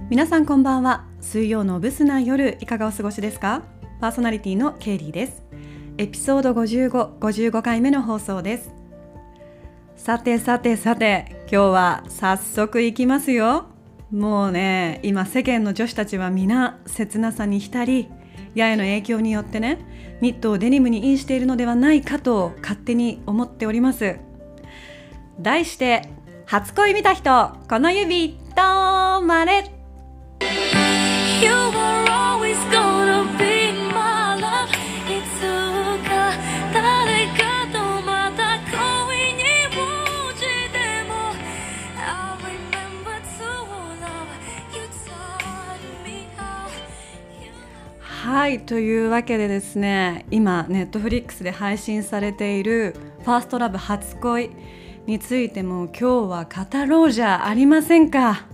皆さんこんばんは。水曜のブスな夜いかがお過ごしですか？パーソナリティのケイリーです。エピソード55回目の放送です。さて今日は早速いきますよ。もうね、今世間の女子たちは皆切なさに浸り、八重の影響によってね、ニットをデニムにインしているのではないかと勝手に思っております。題して、初恋見た人この指とまれ。You were always gonna be my love. いつか誰かとまた恋に落ちても I remember to love. You taught me how. はい、というわけでですね、今ネットフリックスで配信されているファーストラブ初恋についても今日は語ろうじゃありませんか。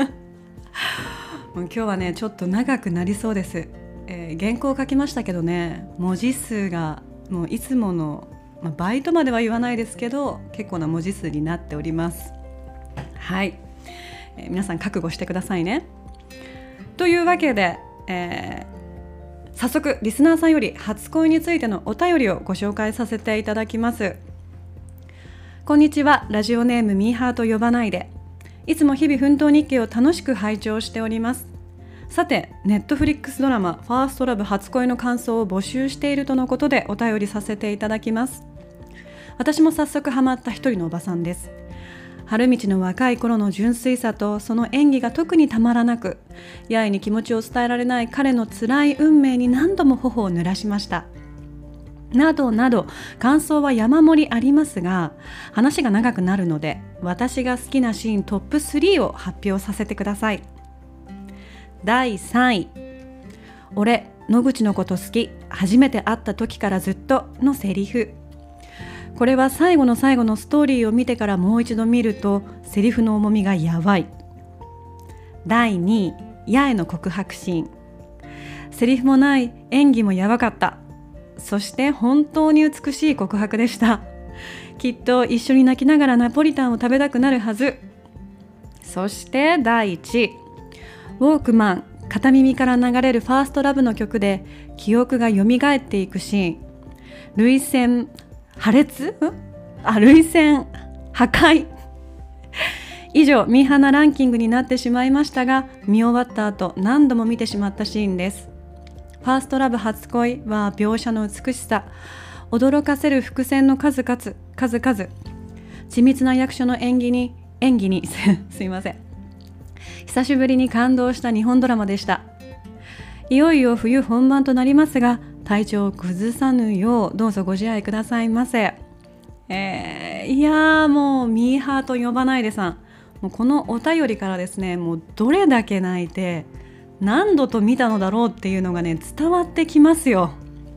今日はねちょっと長くなりそうです。原稿を書きましたけどね、文字数がもういつもの、倍とまでは言わないですけど結構な文字数になっております。はい、皆さん覚悟してくださいね。というわけで、早速リスナーさんより初恋についてのお便りをご紹介させていただきます。こんにちは。ラジオネームミーハーと呼ばないで。いつも日々奮闘日記を楽しく拝聴しております。さて、ネットフリックスドラマファーストラブ初恋の感想を募集しているとのことでお便りさせていただきます。私も早速ハマった一人のおばさんです。春道の若い頃の純粋さとその演技が特にたまらなく、八重に気持ちを伝えられない彼の辛い運命に何度も頬を濡らしました。などなど感想は山盛りありますが、話が長くなるので私が好きなシーントップ3を発表させてください。第3位、俺野口のこと好き、初めて会った時からずっとのセリフ。これは最後の最後のストーリーを見てからもう一度見るとセリフの重みがやばい。第2位、八重の告白シーン。セリフもない演技もやばかった。そして本当に美しい告白でした。きっと一緒に泣きながらナポリタンを食べたくなるはず。そして第1位、ウォークマン片耳から流れるファーストラブの曲で記憶が蘇っていくシーン。涙腺破裂？涙腺破壊。以上、ミーハーなランキングになってしまいましたが、見終わった後何度も見てしまったシーンです。ファーストラブ初恋は描写の美しさ、驚かせる伏線の数々、緻密な役所の演技にすいません。久しぶりに感動した日本ドラマでした。いよいよ冬本番となりますが、体調を崩さぬようどうぞご自愛くださいませ。いやもうミーハーと呼ばないでさん、もうこのお便りからですね、もうどれだけ泣いて何度と見たのだろうっていうのがね伝わってきますよ。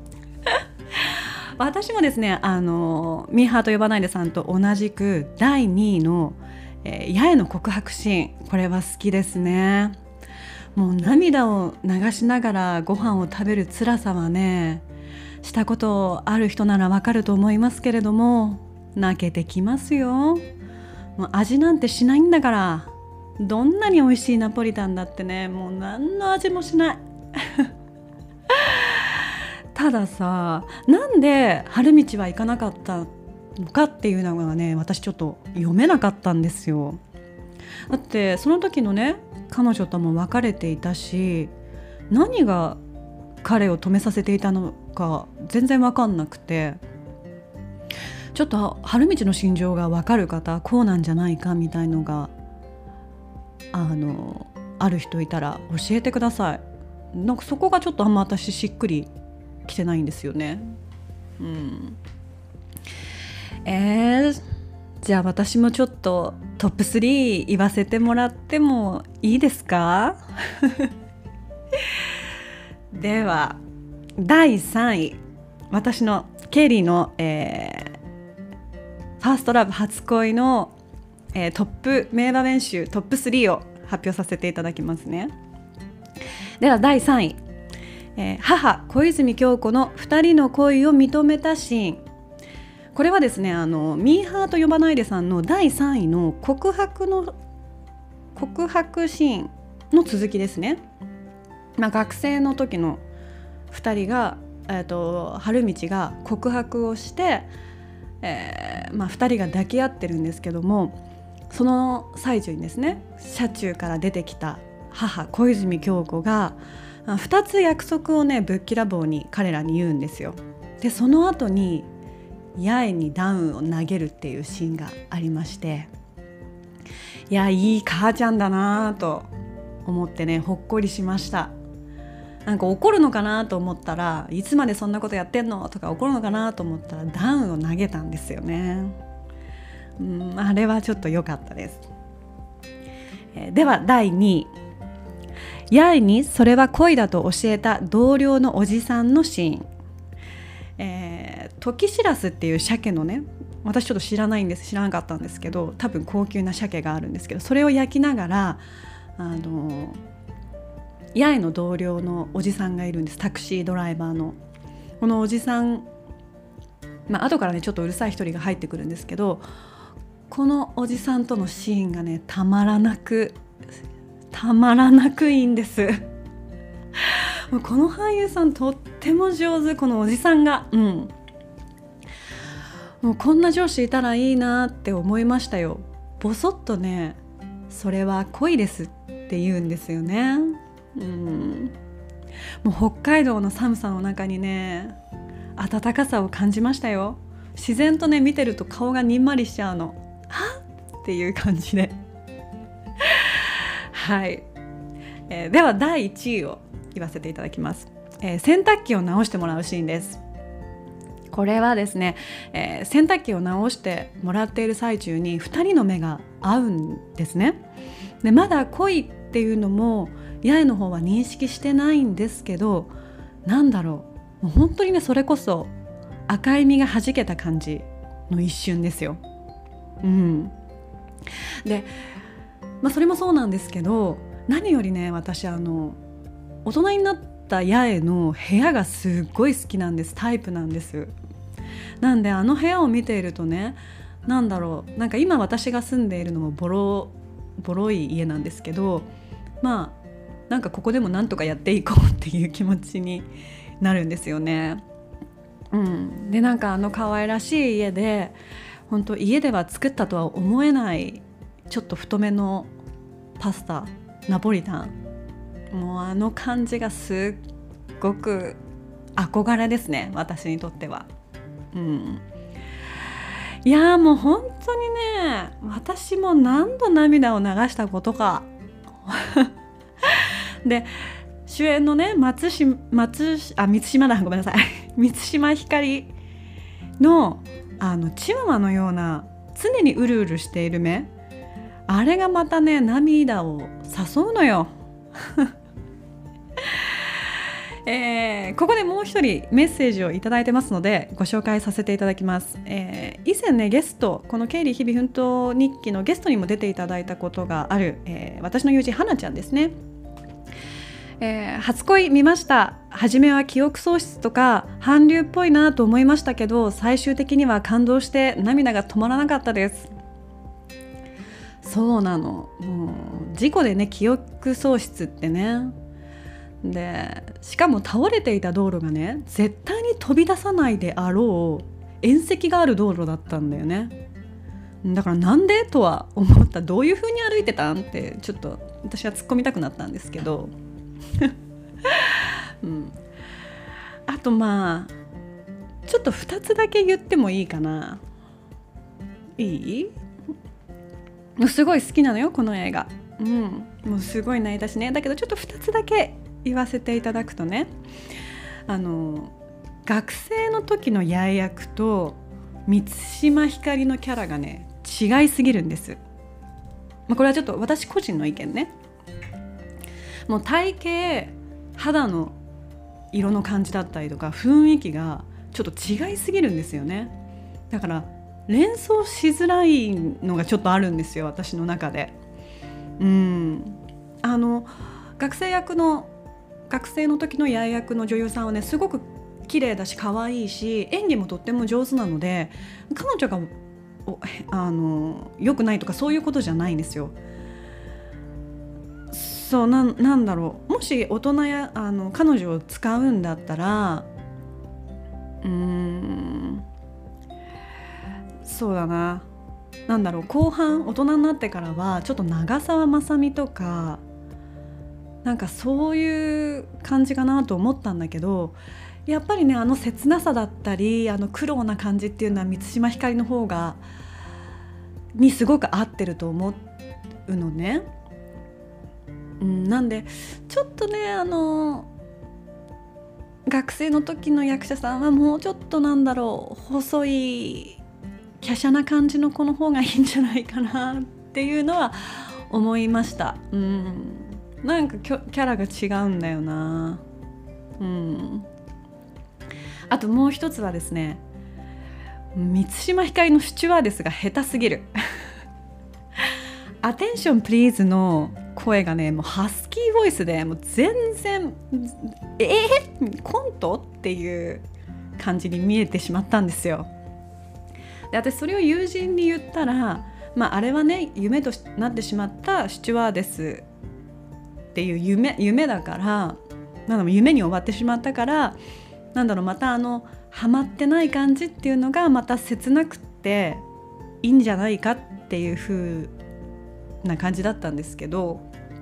私もですね、ミーハーと呼ばないでさんと同じく第2位の、八重の告白シーン、これは好きですね。もう涙を流しながらご飯を食べる辛さはね、したことある人ならわかると思いますけれども、泣けてきますよ。もう味なんてしないんだから。どんなに美味しいナポリタンだってね、もう何の味もしない。たださ、なんで春道は行かなかったのかっていうのがね、私ちょっと読めなかったんですよ。だってその時のね、彼女とも別れていたし、何が彼を止めさせていたのか全然分かんなくて、ちょっと春道の心情が分かる方、こうなんじゃないかみたいのがある人いたら教えてください。なんかそこがちょっとあんま私しっくりきてないんですよね。じゃあ私もちょっとトップ3言わせてもらってもいいですか？では第3位、私のケイリーの、ファーストラブ初恋の、トップ名場面集トップ3を発表させていただきますね。では第3位、母小泉今日子の2人の恋を認めたシーン。これはですね、ミーハーと呼ばないでさんの第3位の告白シーンの続きですね。学生の時の2人が、春道が告白をして、2人が抱き合ってるんですけども、その最中にですね、車中から出てきた母小泉今日子が2つ約束をねぶっきらぼうに彼らに言うんですよ。でその後に八重にダウンを投げるっていうシーンがありまして、いやいい母ちゃんだなと思ってね、ほっこりしました。なんか怒るのかなと思ったら、いつまでそんなことやってんのとか怒るのかなと思ったらダウンを投げたんですよね。あれはちょっと良かったです。では第2位、八重にそれは恋だと教えた同僚のおじさんのシーン。時しらすっていう鮭のね、私ちょっと知らなかったんですけど、多分高級な鮭があるんですけど、それを焼きながら八重の同僚のおじさんがいるんです。タクシードライバーのこのおじさん、後からねちょっとうるさい一人が入ってくるんですけど、このおじさんとのシーンがねたまらなくいいんですこの俳優さんとっても上手。このおじさんが、もうこんな上司いたらいいなって思いましたよ。ボソッとね、それは恋ですって言うんですよね。もう北海道の寒さの中にね、暖かさを感じましたよ。自然とね見てると顔がにんまりしちゃうの、はっっていう感じではい、では第1位を言わせていただきます。洗濯機を直してもらうシーンです。これはですね、洗濯機を直してもらっている最中に2人の目が合うんですね。でまだ恋っていうのも八重の方は認識してないんですけど、もう本当にねそれこそ赤い実が弾けた感じの一瞬ですよ。で、それもそうなんですけど、何よりね私大人になった八重の部屋がすっごい好きなんです。タイプなんです。なんで部屋を見ているとね、なんか今私が住んでいるのもボロい家なんですけど、なんかここでもなんとかやっていこうっていう気持ちになるんですよね。でなんか可愛らしい家で、本当家では作ったとは思えないちょっと太めのパスタナポリタン、もう感じがすっごく憧れですね、私にとっては。いやもう本当にね、私も何度涙を流したことかで主演のね満島だ、ごめんなさい満島ひかりのチワワのような常にうるうるしている目、あれがまたね涙を誘うのよここでもう一人メッセージをいただいてますのでご紹介させていただきます。以前ねゲスト、この経理日々奮闘日記のゲストにも出ていただいたことがある、私の友人花ちゃんですね。初恋見ました。初めは記憶喪失とか韓流っぽいなと思いましたけど、最終的には感動して涙が止まらなかったです。そうなの、もう事故でね記憶喪失ってね、でしかも倒れていた道路がね絶対に飛び出さないであろう縁石がある道路だったんだよね。だからなんでとは思った。どういう風に歩いてたんってちょっと私は突っ込みたくなったんですけどあとちょっと2つだけ言ってもいいかな。いい？すごい好きなのよこの映画。もうすごい泣いたしね。だけどちょっと2つだけ言わせていただくとね、学生の時の八重役と満島ひかりのキャラがね違いすぎるんです。これはちょっと私個人の意見ね。もう体型、肌の色の感じだったりとか雰囲気がちょっと違いすぎるんですよね。だから連想しづらいのがちょっとあるんですよ、私の中で。学生の時の八重役の女優さんはねすごく綺麗だし可愛いし演技もとっても上手なので、彼女が良くないとかそういうことじゃないんですよ。 そうなんだろう、もし大人や彼女を使うんだったらそうだな、なんだろう、後半大人になってからはちょっと長澤まさみとかなんかそういう感じかなと思ったんだけど、やっぱりね切なさだったり苦労な感じっていうのは満島ひかりの方にすごく合ってると思うのね。なんでちょっとね学生の時の役者さんはもうちょっとなんだろう、細い華奢な感じの子の方がいいんじゃないかなっていうのは思いました。なんかキャラが違うんだよな。あともう一つはですね、満島ひかりのスチュワーデスが下手すぎるアテンションプリーズの声がねもうハスキーボイスでもう全然コントっていう感じに見えてしまったんですよ。で私それを友人に言ったら、あれはね夢となってしまったスチュワーデスっていう夢だから、夢に終わってしまったから、またハマってない感じっていうのがまた切なくっていいんじゃないかっていう風な感じだったんですけど、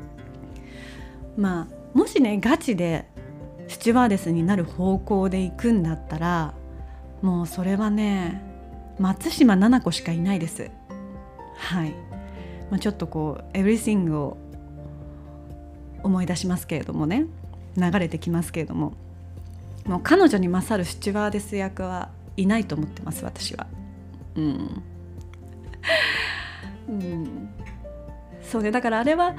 もしねガチでスチュワーデスになる方向で行くんだったら、もうそれはね松嶋菜々子しかいないです。はい、ちょっとこうエブリシングを思い出しますけれどもね、流れてきますけれども、もう彼女に勝るスチュワーデス役はいないと思ってます私は。そうね、だからあれは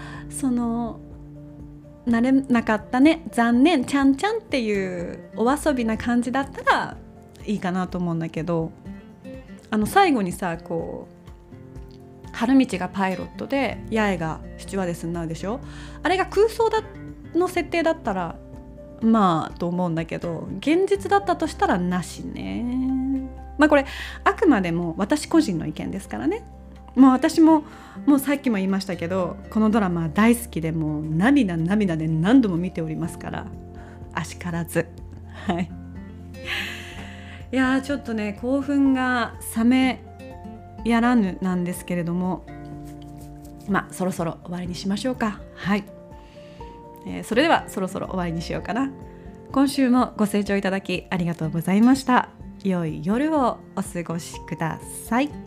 なれなかったね、残念、ちゃんちゃんっていうお遊びな感じだったらいいかなと思うんだけど、最後にさこう春道がパイロットで八重がスチュワーデスになるでしょ。あれが空想の設定だったらと思うんだけど、現実だったとしたらなしね。これあくまでも私個人の意見ですからね。もう私もさっきも言いましたけど、このドラマ大好きでもう涙で何度も見ておりますから、あしからず。はい。いやちょっとね興奮が冷めやらぬなんですけれども、そろそろ終わりにしましょうか。はい。それではそろそろ終わりにしようかな。今週もご清聴いただきありがとうございました。良い夜をお過ごしください。